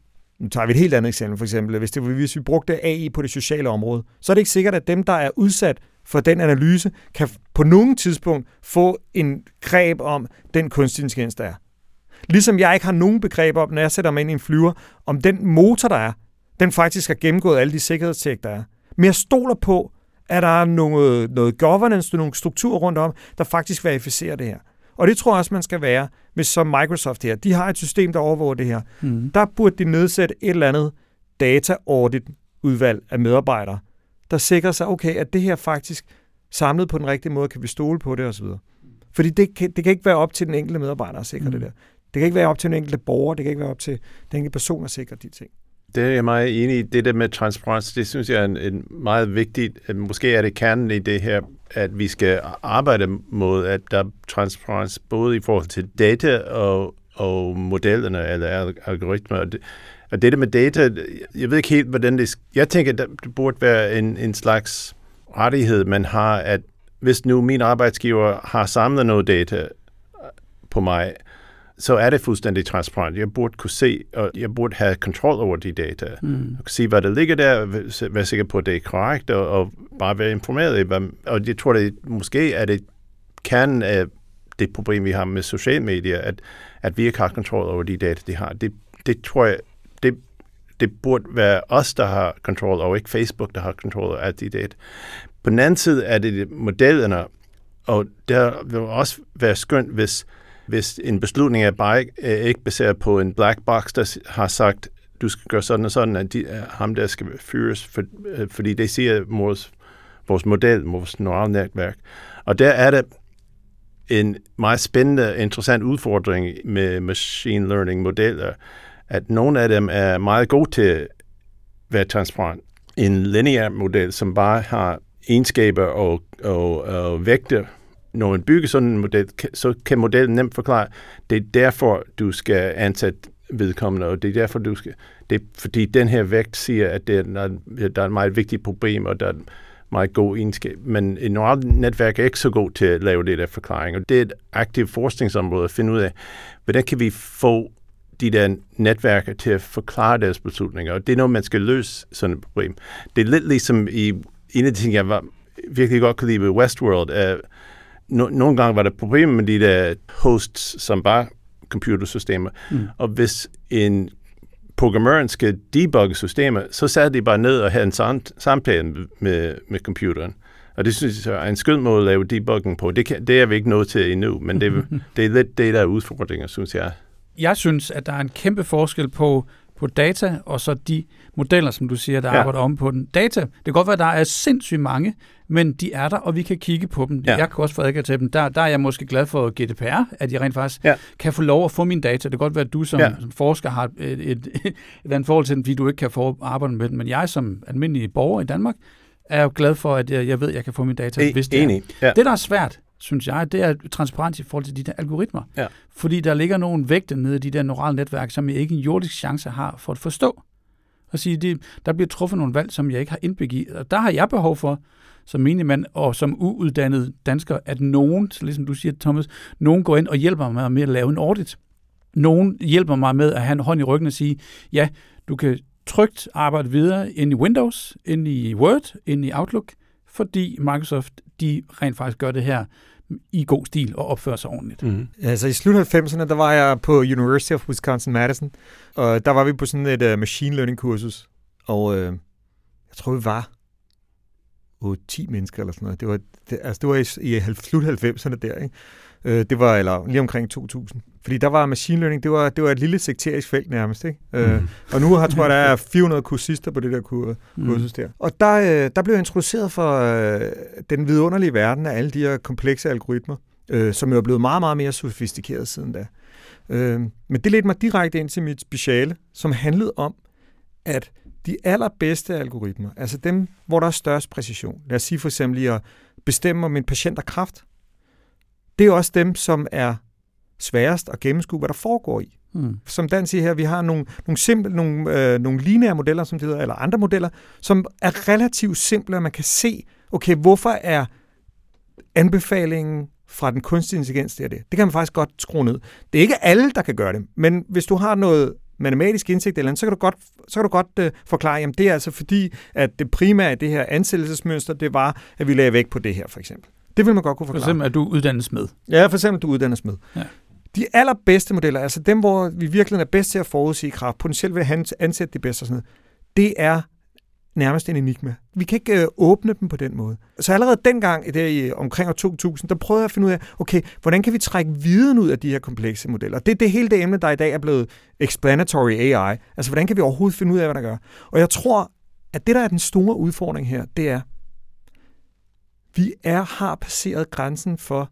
Nu tager vi et helt andet eksempel, for eksempel. Hvis vi brugte AI på det sociale område, så er det ikke sikkert, at dem, der er udsat for den analyse, kan på nogen tidspunkt få en greb om den kunstig intelligens, der er. Ligesom jeg ikke har nogen begreb om, når jeg sætter mig ind i en flyver, om den motor, der er, den faktisk har gennemgået alle de sikkerhedstjek, der er. Men jeg stoler på, at der er noget governance, nogle strukturer rundt om, der faktisk verificerer det her. Og det tror jeg også, man skal være, hvis som Microsoft her. De har et system, der overvåger det her. Der burde de nedsætte et eller andet data-audit-udvalg af medarbejdere, der sikrer sig, okay, at det her faktisk samlet på den rigtige måde, kan vi stole på det osv. Fordi det kan ikke være op til den enkelte medarbejder at sikre det der. Det kan ikke være op til den enkelte borger, det kan ikke være op til den enkelte person at sikre de ting. Det er jeg meget enig i. Det der med transparens, det synes jeg er en meget vigtigt. Måske er det kernen i det her, at vi skal arbejde mod, at der er transparens både i forhold til data og modellerne eller algoritmer. Og det der med data, jeg ved ikke helt, hvordan det... Jeg tænker, at det burde være en slags rettighed, man har, at hvis nu min arbejdsgiver har samlet noget data på mig, så er det fuldstændig transparent. Jeg burde kunne se, og jeg burde have kontrol over de data. Jeg kan se, hvad der ligger der, være sikker på, at det er korrekt, og bare være informeret. Og jeg tror, det måske er det kernen af det problem, vi har med sociale medier, at vi ikke har kontrol over de data, de har. Det tror jeg, det burde være os, der har kontrol, og ikke Facebook, der har kontrol over alle de data. På den anden side er det modellerne, og der vil også være skønt, hvis en beslutning er bare ikke baseret på en black box, der har sagt, du skal gøre sådan og sådan, at ham der skal fyres, fordi det siger vores model, vores neurale netværk. Og der er det en meget spændende, interessant udfordring med machine learning modeller, at nogle af dem er meget gode til at være transparent. En lineær model, som bare har egenskaber og vægte. Når man bygger sådan en model, så kan modellen nemt forklare, det er derfor, du skal ansætte vedkommende, og det er derfor, det er fordi den her vægt siger, at der er et meget vigtigt problem, og der er et meget god egenskab. Men et neuralt netværk er ikke så god til at lave det der forklaring, og det er et aktivt forskningsområde at finde ud af, hvordan kan vi få de der netværker til at forklare deres beslutninger, og det er noget, man skal løse sådan et problem. Det er lidt ligesom i en af de ting, jeg virkelig godt kunne lide ved Westworld, nogle gange var der problemer med de der hosts, som bare computersystemer. Og hvis en programmøren skal debugge systemer, så satte de bare ned og havde en samtale med computeren. Og det synes jeg er en skøn måde at lave debugging på. Det er vi ikke nået til endnu, men det er lidt det, der er udfordringer, synes jeg. Jeg synes, at der er en kæmpe forskel på data, og så de modeller, som du siger, der arbejder om på den. Data, det kan godt være, at der er sindssygt mange, men de er der, og vi kan kigge på dem. Jeg kan også få adgang til dem. Der er jeg måske glad for GDPR, at jeg rent faktisk kan få lov at få mine data. Det kan godt være, at du som forsker har et andet forhold til den, fordi du ikke kan få arbejde med den, men jeg som almindelig borger i Danmark er jo glad for, at jeg ved, at jeg kan få mine data, hvis det er. Ja. Det, der er svært, synes jeg, det er transparens i forhold til de der algoritmer. Ja. Fordi der ligger nogle vægte nede i de der neurale netværk, som jeg ikke en jordisk chance har for at forstå. Og sige, der bliver truffet nogle valg, som jeg ikke har indblik i. Og der har jeg behov for, som menigmand og som uuddannet dansker, at nogen, så ligesom du siger, Thomas, nogen går ind og hjælper mig med at lave en audit. Nogen hjælper mig med at have en hånd i ryggen og sige, ja, du kan trygt arbejde videre ind i Windows, ind i Word, ind i Outlook, fordi Microsoft, de rent faktisk gør det her i god stil og opfører sig ordentligt. Altså i slut 90'erne, der var jeg på University of Wisconsin-Madison, og der var vi på sådan et machine learning kursus, og jeg tror, vi var 10 mennesker eller sådan noget. Det var i slut 90'erne der, ikke? Det var lige omkring 2000. Fordi der var machine learning, det var et lille sekterisk felt nærmest, ikke? Og nu tror jeg, der er 400 kursister på det der kursus der. Og der blev jeg introduceret for den vidunderlige verden af alle de her komplekse algoritmer, som jo er blevet meget, meget mere sofistikeret siden da. Men det ledte mig direkte ind til mit speciale, som handlede om, at de allerbedste algoritmer, altså dem, hvor der er størst præcision, lad os sige for eksempel at bestemme, om en patient har kræft, det er også dem, som er sværest at gennemskue, hvad der foregår i. Som Dan siger her, vi har nogle lineære modeller, som det hedder, eller andre modeller, som er relativt simple, og man kan se, okay, hvorfor er anbefalingen fra den kunstige intelligens det? Det kan man faktisk godt skrue ned. Det er ikke alle, der kan gøre det, men hvis du har noget matematisk indsigt eller andet, så kan du godt forklare, jamen det er altså fordi, at det primære i det her ansættelsesmønster, det var, at vi lagde vægt på det her, for eksempel. Det vil man godt kunne forklare. For eksempel, at du uddannes med. Ja, for eksempel, at du uddannes med. Ja. De allerbedste modeller, altså dem, hvor vi virkelig er bedst til at forudsige kraft, potentielt vil ansætte de bedste og sådan noget, det er nærmest en enigma. Vi kan ikke åbne dem på den måde. Så allerede dengang, omkring år 2000, der prøvede jeg at finde ud af, okay, hvordan kan vi trække viden ud af de her komplekse modeller? Det er hele det emne, der i dag er blevet explanatory AI. Altså, hvordan kan vi overhovedet finde ud af, hvad der gør? Og jeg tror, at det, der er den store udfordring her, det er, vi har passeret grænsen for,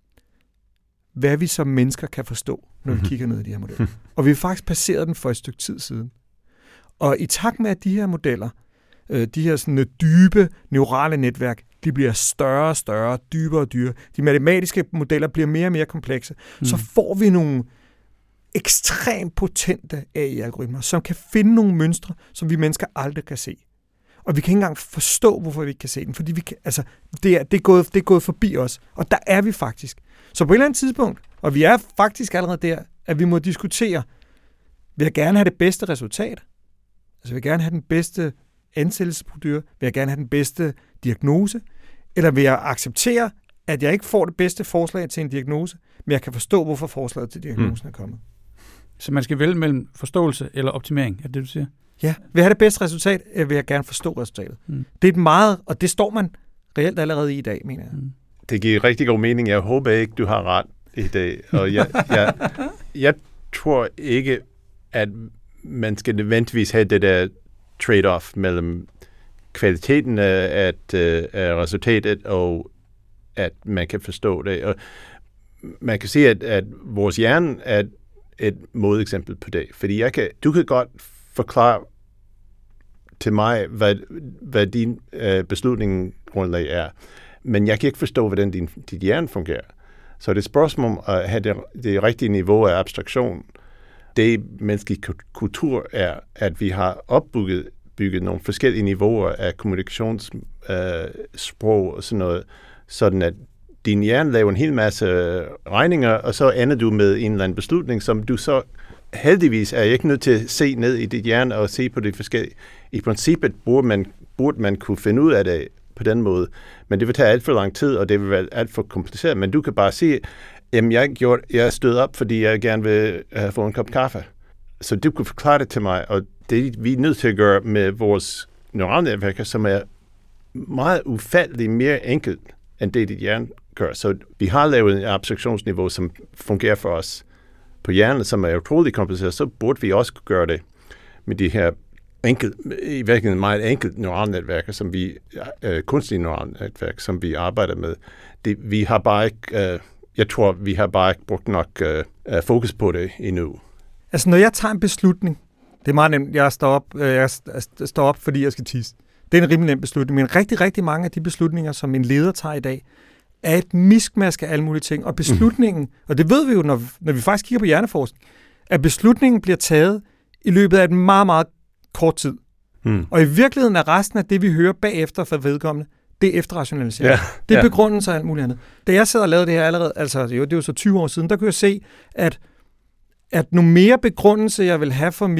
hvad vi som mennesker kan forstå, når vi kigger ned i de her modeller. Og vi har faktisk passeret den for et stykke tid siden. Og i takt med, at de her modeller, de her sådan dybe neurale netværk, de bliver større og større, dybere og dybere. De matematiske modeller bliver mere og mere komplekse. Så får vi nogle ekstremt potente AI-algoritmer, som kan finde nogle mønstre, som vi mennesker aldrig kan se. Og vi kan ikke engang forstå, hvorfor vi ikke kan se den, fordi det er gået forbi os. Og der er vi faktisk. Så på et eller andet tidspunkt, og vi er faktisk allerede der, at vi må diskutere, vil jeg gerne have det bedste resultat? Altså vil jeg gerne have den bedste ansættelsesprocedure? Vil jeg gerne have den bedste diagnose? Eller vil jeg acceptere, at jeg ikke får det bedste forslag til en diagnose, men jeg kan forstå, hvorfor forslaget til diagnosen er kommet? Så man skal vælge mellem forståelse eller optimering, er det, du siger? Ja, vil jeg have det bedste resultat, vil jeg gerne forstå resultatet. Det er et meget, og det står man reelt allerede i dag, mener jeg. Det giver rigtig god mening. Jeg håber ikke, du har ret i dag. Og jeg tror ikke, at man skal nødvendigvis have det der trade-off mellem kvaliteten af resultatet og at man kan forstå det. Og man kan sige, at vores hjerne er et modeksempel på det. Fordi du kan godt forklare til mig, hvad din beslutningsgrundlag er. Men jeg kan ikke forstå, hvordan dit hjerne fungerer. Så det er et spørgsmål om at have det rigtige niveau af abstraktion. Det menneskelige kultur er, at vi har bygget nogle forskellige niveauer af kommunikationssprog og sådan noget, sådan at din hjerne laver en hel masse regninger, og så ender du med en eller anden beslutning, som du så heldigvis er ikke nødt til at se ned i dit hjerne og se på det forskellige. I princippet burde man kunne finde ud af det på den måde, men det vil tage alt for lang tid, og det vil være alt for kompliceret. Men du kan bare sige, jamen jeg stod op, fordi jeg gerne vil få en kop kaffe. Så du kan forklare det til mig, og det vi er nødt til at gøre med vores neuralnetværker, som er meget ufatteligt mere enkelt, end det dit hjerne gør. Så vi har lavet en abstraktionsniveau, som fungerer for os på hjernen, som er utroligt kompliceret, så burde vi også gøre det med de her i virkeligheden meget enkelt neuralnetværker, som kunstige neuralnetværk, som vi arbejder med. Vi har bare ikke, jeg tror, vi har bare ikke brugt nok fokus på det endnu. Altså, når jeg tager en beslutning, det er meget nemt, jeg står op, fordi jeg skal tisse. Det er en rimelig nem beslutning, men rigtig, rigtig mange af de beslutninger, som en leder tager i dag, er et miskmask af alle mulige ting. Og beslutningen, og det ved vi jo, når vi faktisk kigger på hjerneforskning, at beslutningen bliver taget i løbet af et meget, meget kort tid. Og i virkeligheden er resten af det, vi hører bagefter fra vedkommende, det er efterrationalisering. Yeah. Det er begrundelse og alt muligt andet. Da jeg sad og lavede det her allerede, altså det er jo så 20 år siden, der kunne jeg se, at nu mere begrundelse jeg vil have for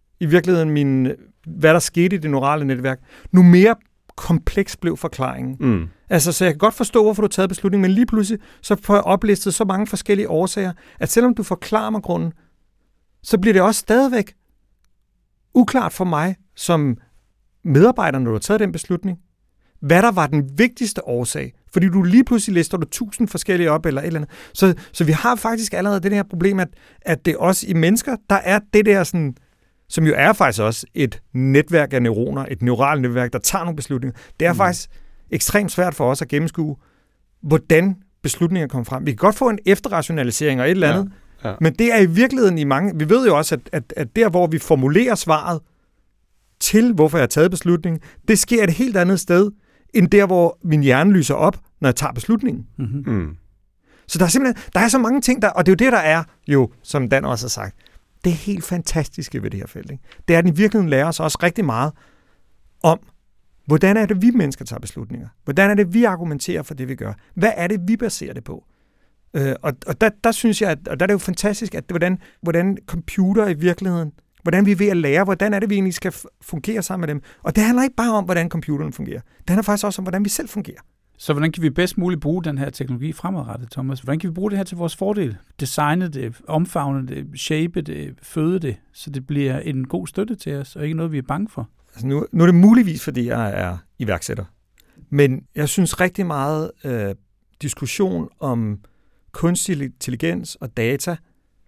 hvad der skete i det neurale netværk, nu mere kompleks blev forklaringen. Altså, så jeg kan godt forstå, hvorfor du har taget beslutningen, men lige pludselig, så får jeg oplistet så mange forskellige årsager, at selvom du forklarer mig grunden, så bliver det også stadigvæk uklart for mig, som medarbejder, når du har taget den beslutning, hvad der var den vigtigste årsag. Fordi du lige pludselig lister du 1000 forskellige op, eller et eller andet. Så vi har faktisk allerede det her problem, at det også i mennesker, der er det der sådan, som jo er faktisk også et netværk af neuroner, et neuralt netværk, der tager nogle beslutninger. Det er faktisk ekstremt svært for os at gennemskue, hvordan beslutninger kommer frem. Vi kan godt få en efterrationalisering og et eller andet, men det er i virkeligheden i mange... Vi ved jo også, at der, hvor vi formulerer svaret til, hvorfor jeg har taget beslutningen, det sker et helt andet sted, end der, hvor min hjerne lyser op, når jeg tager beslutningen. Så der er simpelthen... Der er så mange ting, og det er jo det, der er jo, som Dan også har sagt, det er helt fantastiske ved det her felt. Ikke? Det er, at den i virkeligheden lærer os også rigtig meget om, hvordan er det, vi mennesker tager beslutninger? Hvordan er det, vi argumenterer for det, vi gør? Hvad er det, vi baserer det på? Og der synes jeg, og der er det jo fantastisk, at hvordan computer i virkeligheden, hvordan vi er ved at lære, hvordan er det, vi egentlig skal fungere sammen med dem. Og det handler ikke bare om, hvordan computeren fungerer. Det handler faktisk også om, hvordan vi selv fungerer. Så hvordan kan vi bedst muligt bruge den her teknologi fremadrettet, Thomas? Hvordan kan vi bruge det her til vores fordel? Designe det, omfavne det, shape det, føde det, så det bliver en god støtte til os, og ikke noget, vi er bange for. Altså nu er det muligvis, fordi jeg er iværksætter. Men jeg synes rigtig meget diskussion om kunstig intelligens og data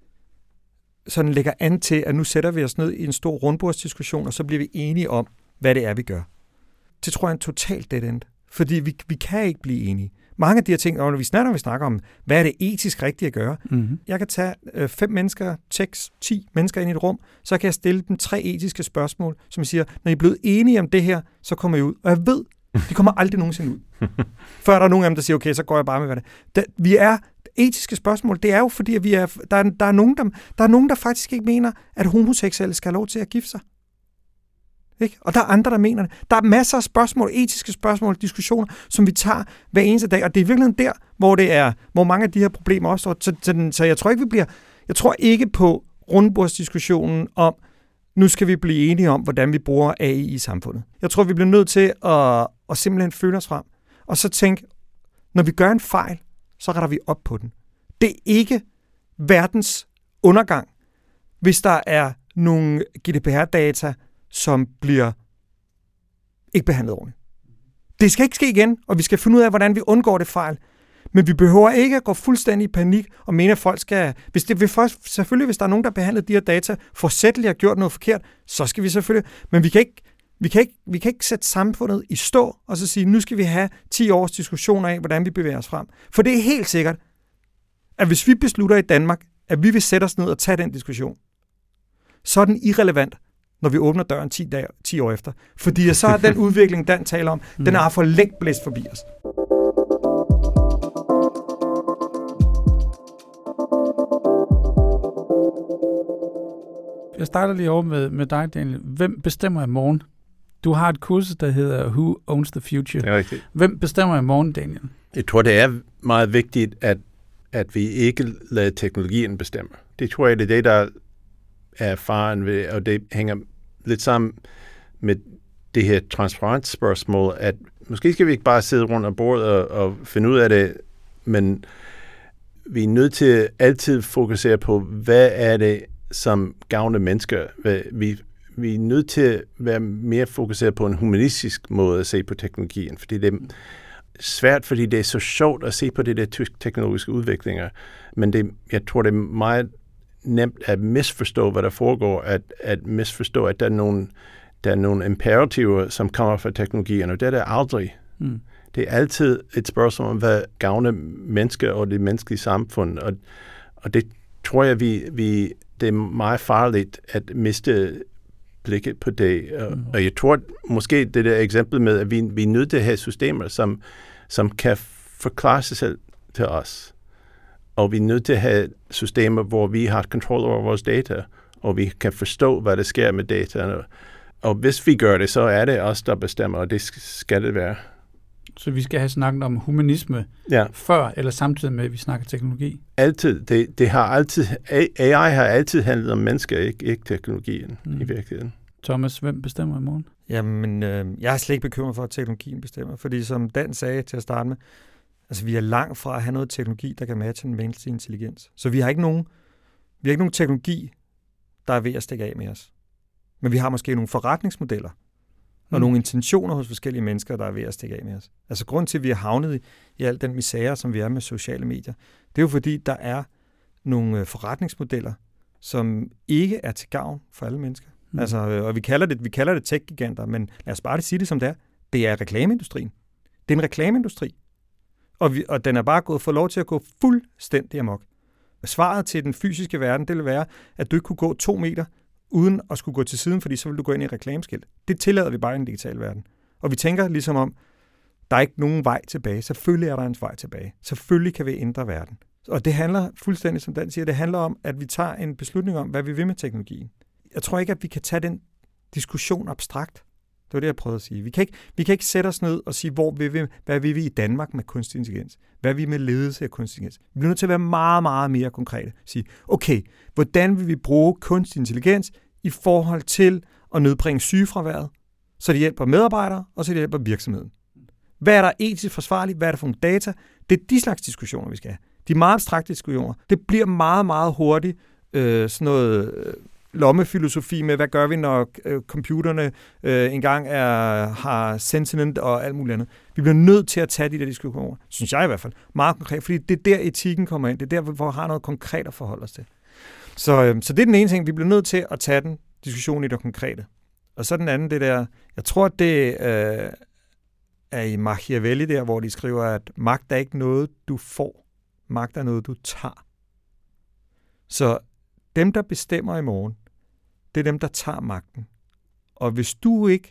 sådan lægger an til, at nu sætter vi os ned i en stor rundbordsdiskussion, og så bliver vi enige om, hvad det er, vi gør. Det tror jeg er en totalt dead end. Fordi vi kan ikke blive enige. Mange af de her ting, når vi snakker om, hvad er det etisk rigtigt at gøre. Mm-hmm. Jeg kan tage 5 mennesker, 6, 10 mennesker ind i et rum, så kan jeg stille dem 3 etiske spørgsmål, som siger, når I er blevet enige om det her, så kommer I ud. Og jeg ved, de kommer aldrig nogensinde ud. Før er der nogen af dem, der siger, okay, så går jeg bare med det. Vi er etiske spørgsmål, det er jo fordi, at der er nogen, der faktisk ikke mener, at homoseksuelle skal have lov til at gifte sig. Ikke? Og der er andre, der mener det. Der er masser af spørgsmål, etiske spørgsmål, diskussioner, som vi tager hver eneste dag, og det er virkelig der, hvor mange af de her problemer opstår. Så jeg tror ikke på rundbordsdiskussionen om, nu skal vi blive enige om, hvordan vi bruger AI i samfundet. Jeg tror, vi bliver nødt til at simpelthen føle os frem, og så tænke, når vi gør en fejl, så retter vi op på den. Det er ikke verdens undergang, hvis der er nogle GDPR-data, som bliver ikke behandlet ordentligt. Det skal ikke ske igen, og vi skal finde ud af, hvordan vi undgår det fejl. Men vi behøver ikke at gå fuldstændig i panik og mene, at folk skal... Selvfølgelig, hvis der er nogen, der behandler de her data forsætteligt og har gjort noget forkert, så skal vi selvfølgelig... Men vi kan ikke sætte samfundet i stå og så sige, nu skal vi have 10 års diskussioner af, hvordan vi bevæger os frem. For det er helt sikkert, at hvis vi beslutter i Danmark, at vi vil sætte os ned og tage den diskussion, så er den irrelevant, når vi åbner døren 10 år efter. Fordi så er den udvikling, Dan taler om, den er for længt blæst forbi os. Jeg starter lige over med dig, Daniel. Hvem bestemmer i morgen? Du har et kursus, der hedder Who Owns the Future. Det er rigtigt. Hvem bestemmer i morgen, Daniel? Jeg tror, det er meget vigtigt, at vi ikke lader teknologien bestemme. Det tror jeg, det er det, der er erfaren ved, og det hænger lidt sammen med det her transparensspørgsmål, at måske skal vi ikke bare sidde rundt om bordet og finde ud af det, men vi er nødt til altid fokusere på, hvad er det, som gavner mennesker. Vi er nødt til at være mere fokuseret på en humanistisk måde at se på teknologien, fordi det er svært, fordi det er så sjovt at se på det der teknologiske udviklinger, men jeg tror, det er meget nemt at misforstå, hvad der foregår, at misforstå, at der er nogle imperativer, som kommer fra teknologien, og det er der aldrig. Mm. Det er altid et spørgsmål om, hvad gavner mennesker og det menneskelige samfund, og det tror jeg, det er meget farligt at miste blikket på det. Og jeg tror måske det der eksempel med, at vi er nødt til at have systemer, som kan forklare sig selv til os. Og vi er nødt til at have systemer, hvor vi har kontrol over vores data, og vi kan forstå, hvad der sker med data. Og hvis vi gør det, så er det os, der bestemmer, og det skal det være. Så vi skal have snakket om humanisme før eller samtidig med, at vi snakker teknologi? Altid. Det har altid. AI har altid handlet om mennesker, ikke teknologien i virkeligheden. Thomas, hvem bestemmer i morgen? Jamen, jeg er slet ikke bekymret for, at teknologien bestemmer, fordi som Dan sagde til at starte med, altså vi er langt fra at have noget teknologi, der kan matche den menneskelige intelligens. Så vi har ikke nogen teknologi, der er ved at stikke af med os. Men vi har måske nogle forretningsmodeller, og nogle intentioner hos forskellige mennesker, der er ved at stikke af med os. Altså grund til, at vi er havnet i al den misære, som vi er med sociale medier, det er jo fordi, der er nogle forretningsmodeller, som ikke er til gavn for alle mennesker. Altså, og vi kalder det tech-giganter, men lad os bare sige det som det er. Det er reklameindustrien. Det er en reklameindustri. Og den er bare fået lov til at gå fuldstændig amok. Svaret til den fysiske verden, det vil være, at du ikke kunne gå 2 meter, uden at skulle gå til siden, fordi så vil du gå ind i et reklameskilt. Det tillader vi bare i den digitale verden. Og vi tænker ligesom om, der er ikke nogen vej tilbage. Selvfølgelig er der en vej tilbage. Selvfølgelig kan vi ændre verden. Og det handler fuldstændig, som Dan siger, det handler om, at vi tager en beslutning om, hvad vi vil med teknologien. Jeg tror ikke, at vi kan tage den diskussion abstrakt. Det var det, jeg prøvede at sige. Vi kan ikke sætte os ned og sige, hvad vil vi i Danmark med kunstig intelligens? Hvad vil vi med ledelse af kunstig intelligens? Vi bliver nødt til at være meget, meget mere konkrete. Sige, okay, hvordan vil vi bruge kunstig intelligens i forhold til at nedbringe sygefraværet, så det hjælper medarbejdere, og så det hjælper virksomheden. Hvad er der etisk forsvarligt? Hvad er der for nogle data? Det er de slags diskussioner, vi skal have. De meget abstrakte diskussioner. Det bliver meget, meget hurtigt sådan noget lommefilosofi med, hvad gør vi, når computerne engang har sentient og alt muligt andet. Vi bliver nødt til at tage de der diskussioner, synes jeg i hvert fald, meget konkret, fordi det er der etikken kommer ind. Det er der, hvor vi har noget konkret at forholde os til. Så det er den ene ting, vi bliver nødt til at tage den diskussion i det konkrete. Og så den anden, det der, jeg tror, det er i Machiavelli der, hvor de skriver, at magt er ikke noget, du får. Magt er noget, du tager. Så dem, der bestemmer i morgen, det er dem, der tager magten. Og hvis du ikke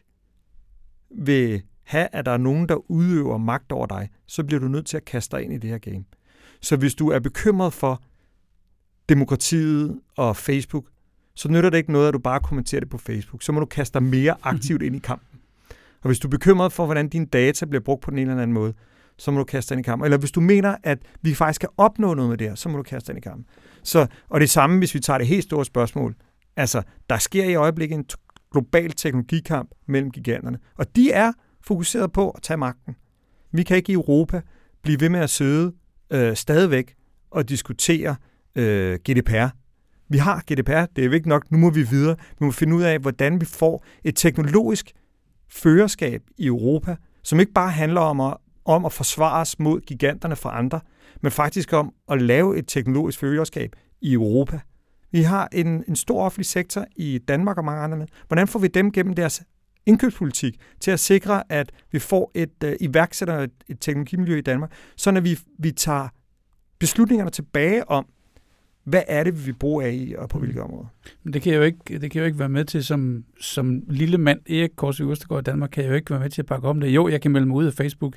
vil have, at der er nogen, der udøver magt over dig, så bliver du nødt til at kaste dig ind i det her game. Så hvis du er bekymret for demokratiet og Facebook, så nytter det ikke noget, at du bare kommenterer det på Facebook. Så må du kaste dig mere aktivt ind i kampen. Og hvis du er bekymret for, hvordan dine data bliver brugt på den ene eller anden måde, så må du kaste dig ind i kampen. Eller hvis du mener, at vi faktisk kan opnå noget med det her, så må du kaste dig ind i kampen. Og det samme, hvis vi tager det helt store spørgsmål. Altså, der sker i øjeblikket en global teknologikamp mellem giganterne, og de er fokuseret på at tage magten. Vi kan ikke i Europa blive ved med at sidde stadigvæk og diskutere GDPR. Vi har GDPR, det er ikke nok, nu må vi videre. Vi må finde ud af, hvordan vi får et teknologisk førerskab i Europa, som ikke bare handler om at forsvare os mod giganterne fra andre, men faktisk om at lave et teknologisk førerskab i Europa. Vi har en stor offentlig sektor i Danmark og mange andre lande. Hvordan får vi dem gennem deres indkøbspolitik til at sikre, at vi får et iværksætter, et teknologimiljø i Danmark, så når vi tager beslutningerne tilbage om, hvad er det, vi vil bruge af i og på hvilke områder? Men det kan jeg jo ikke være med til som lille mand. Erik Korsvig Østergaard i Danmark kan jeg jo ikke være med til at bakke om det. Jo, jeg kan melde mig ud af Facebook,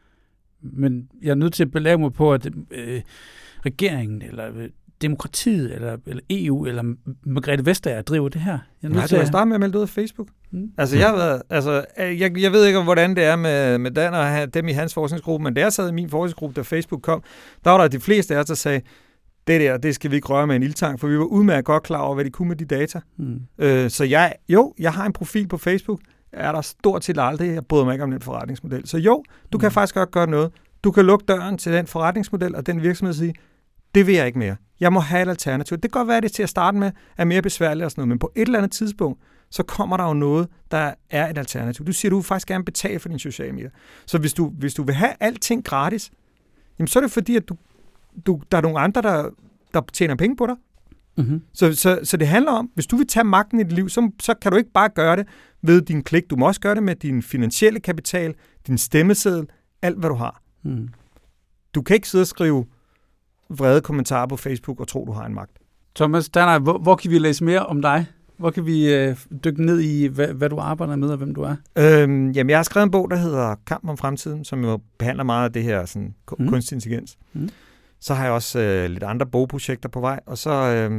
men jeg er nødt til at belære mig på, at regeringen eller demokratiet eller EU eller Margrethe Vestager driver det her. Jeg vil starte med at melde ud af Facebook. Altså, jeg ved ikke, hvordan det er med Dan og dem i hans forskningsgruppe, men da jeg sad i min forskningsgruppe, da Facebook kom, der var der de fleste af os, der sagde, det skal vi ikke røre med en ildtang, for vi var udmærket godt klar over, hvad de kunne med de data. Så jeg har en profil på Facebook, er der stort set aldrig, jeg bryder mig ikke om den forretningsmodel. Så jo, du kan faktisk godt gøre noget. Du kan lukke døren til den forretningsmodel og den virksomhed og sige, det vil jeg ikke mere. Jeg må have et alternativ. Det kan godt være, at det til at starte med er mere besværligt og sådan noget, men på et eller andet tidspunkt, så kommer der jo noget, der er et alternativ. Du siger, du vil faktisk gerne betale for dine sociale medier. Så hvis du vil have alting gratis, jamen så er det fordi, at der er nogle andre, der tjener penge på dig. Mm-hmm. Så det handler om, hvis du vil tage magten i dit liv, så kan du ikke bare gøre det ved din klik. Du må også gøre det med din finansielle kapital, din stemmeseddel, alt hvad du har. Mm. Du kan ikke sidde og skrive vrede kommentarer på Facebook og tro, du har en magt. Thomas Tanner, hvor kan vi læse mere om dig? Hvor kan vi dykke ned i, hvad du arbejder med, og hvem du er? Jamen, jeg har skrevet en bog, der hedder Kampen om fremtiden, som jo behandler meget af det her sådan, kunstig intelligens. Mm. Så har jeg også lidt andre bogprojekter på vej, og så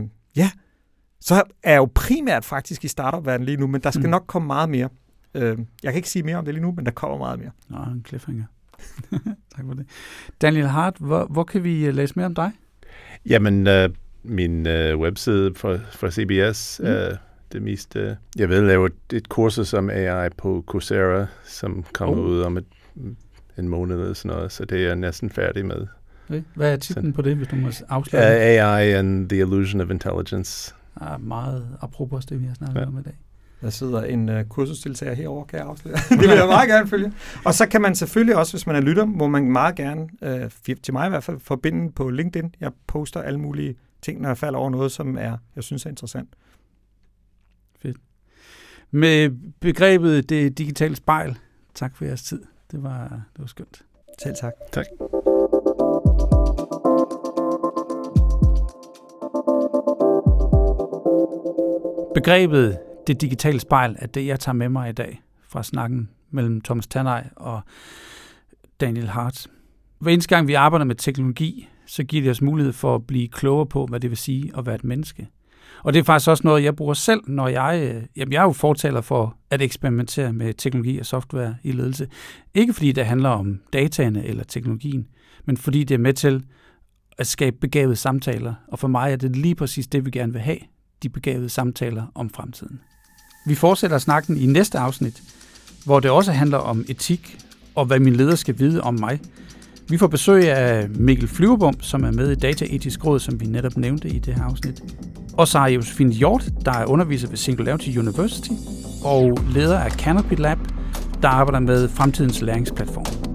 er jeg jo primært faktisk i startup-verdenen lige nu, men der skal nok komme meget mere. Jeg kan ikke sige mere om det lige nu, men der kommer meget mere. Nå, en cliffhanger. Tak for det. Daniel Hart, hvor kan vi læse mere om dig? Jamen, min webside fra CBS er det meste. Jeg vil lave et kursus om AI på Coursera, som kommer ud om en måned eller sådan noget, så det er jeg næsten færdig med. Hvad er titlen på det, hvis du må afsløre? AI and the Illusion of Intelligence. Meget apropos det, vi har snakket om i dag. Der sidder en kursusdeltager herovre, kan jeg afsløre. Det vil jeg meget gerne følge. Og så kan man selvfølgelig også, hvis man er lytter, må man meget gerne, til mig i hvert fald, forbinde på LinkedIn. Jeg poster alle mulige ting, når jeg falder over noget, som jeg synes er interessant. Fedt. Med begrebet det digitale spejl, tak for jeres tid. Det var skønt. Selv tak. Tak. Begrebet det digitale spejl er det, jeg tager med mig i dag fra snakken mellem Thomas Tanner og Daniel Hart. Hver eneste gang vi arbejder med teknologi, så giver det os mulighed for at blive klogere på, hvad det vil sige at være et menneske. Og det er faktisk også noget, jeg bruger selv, når jeg er jo fortaler for at eksperimentere med teknologi og software i ledelse. Ikke fordi det handler om dataene eller teknologien, men fordi det er med til at skabe begavede samtaler. Og for mig er det lige præcis det, vi gerne vil have. de begavede samtaler om fremtiden. Vi fortsætter snakken i næste afsnit, hvor det også handler om etik og hvad min leder skal vide om mig. Vi får besøg af Mikkel Flyverbom, som er med i Dataetisk Råd, som vi netop nævnte i det her afsnit. Og Sara Josefine Hjort, der er underviser ved Singularity University og leder af Canopy Lab, der arbejder med fremtidens læringsplatform.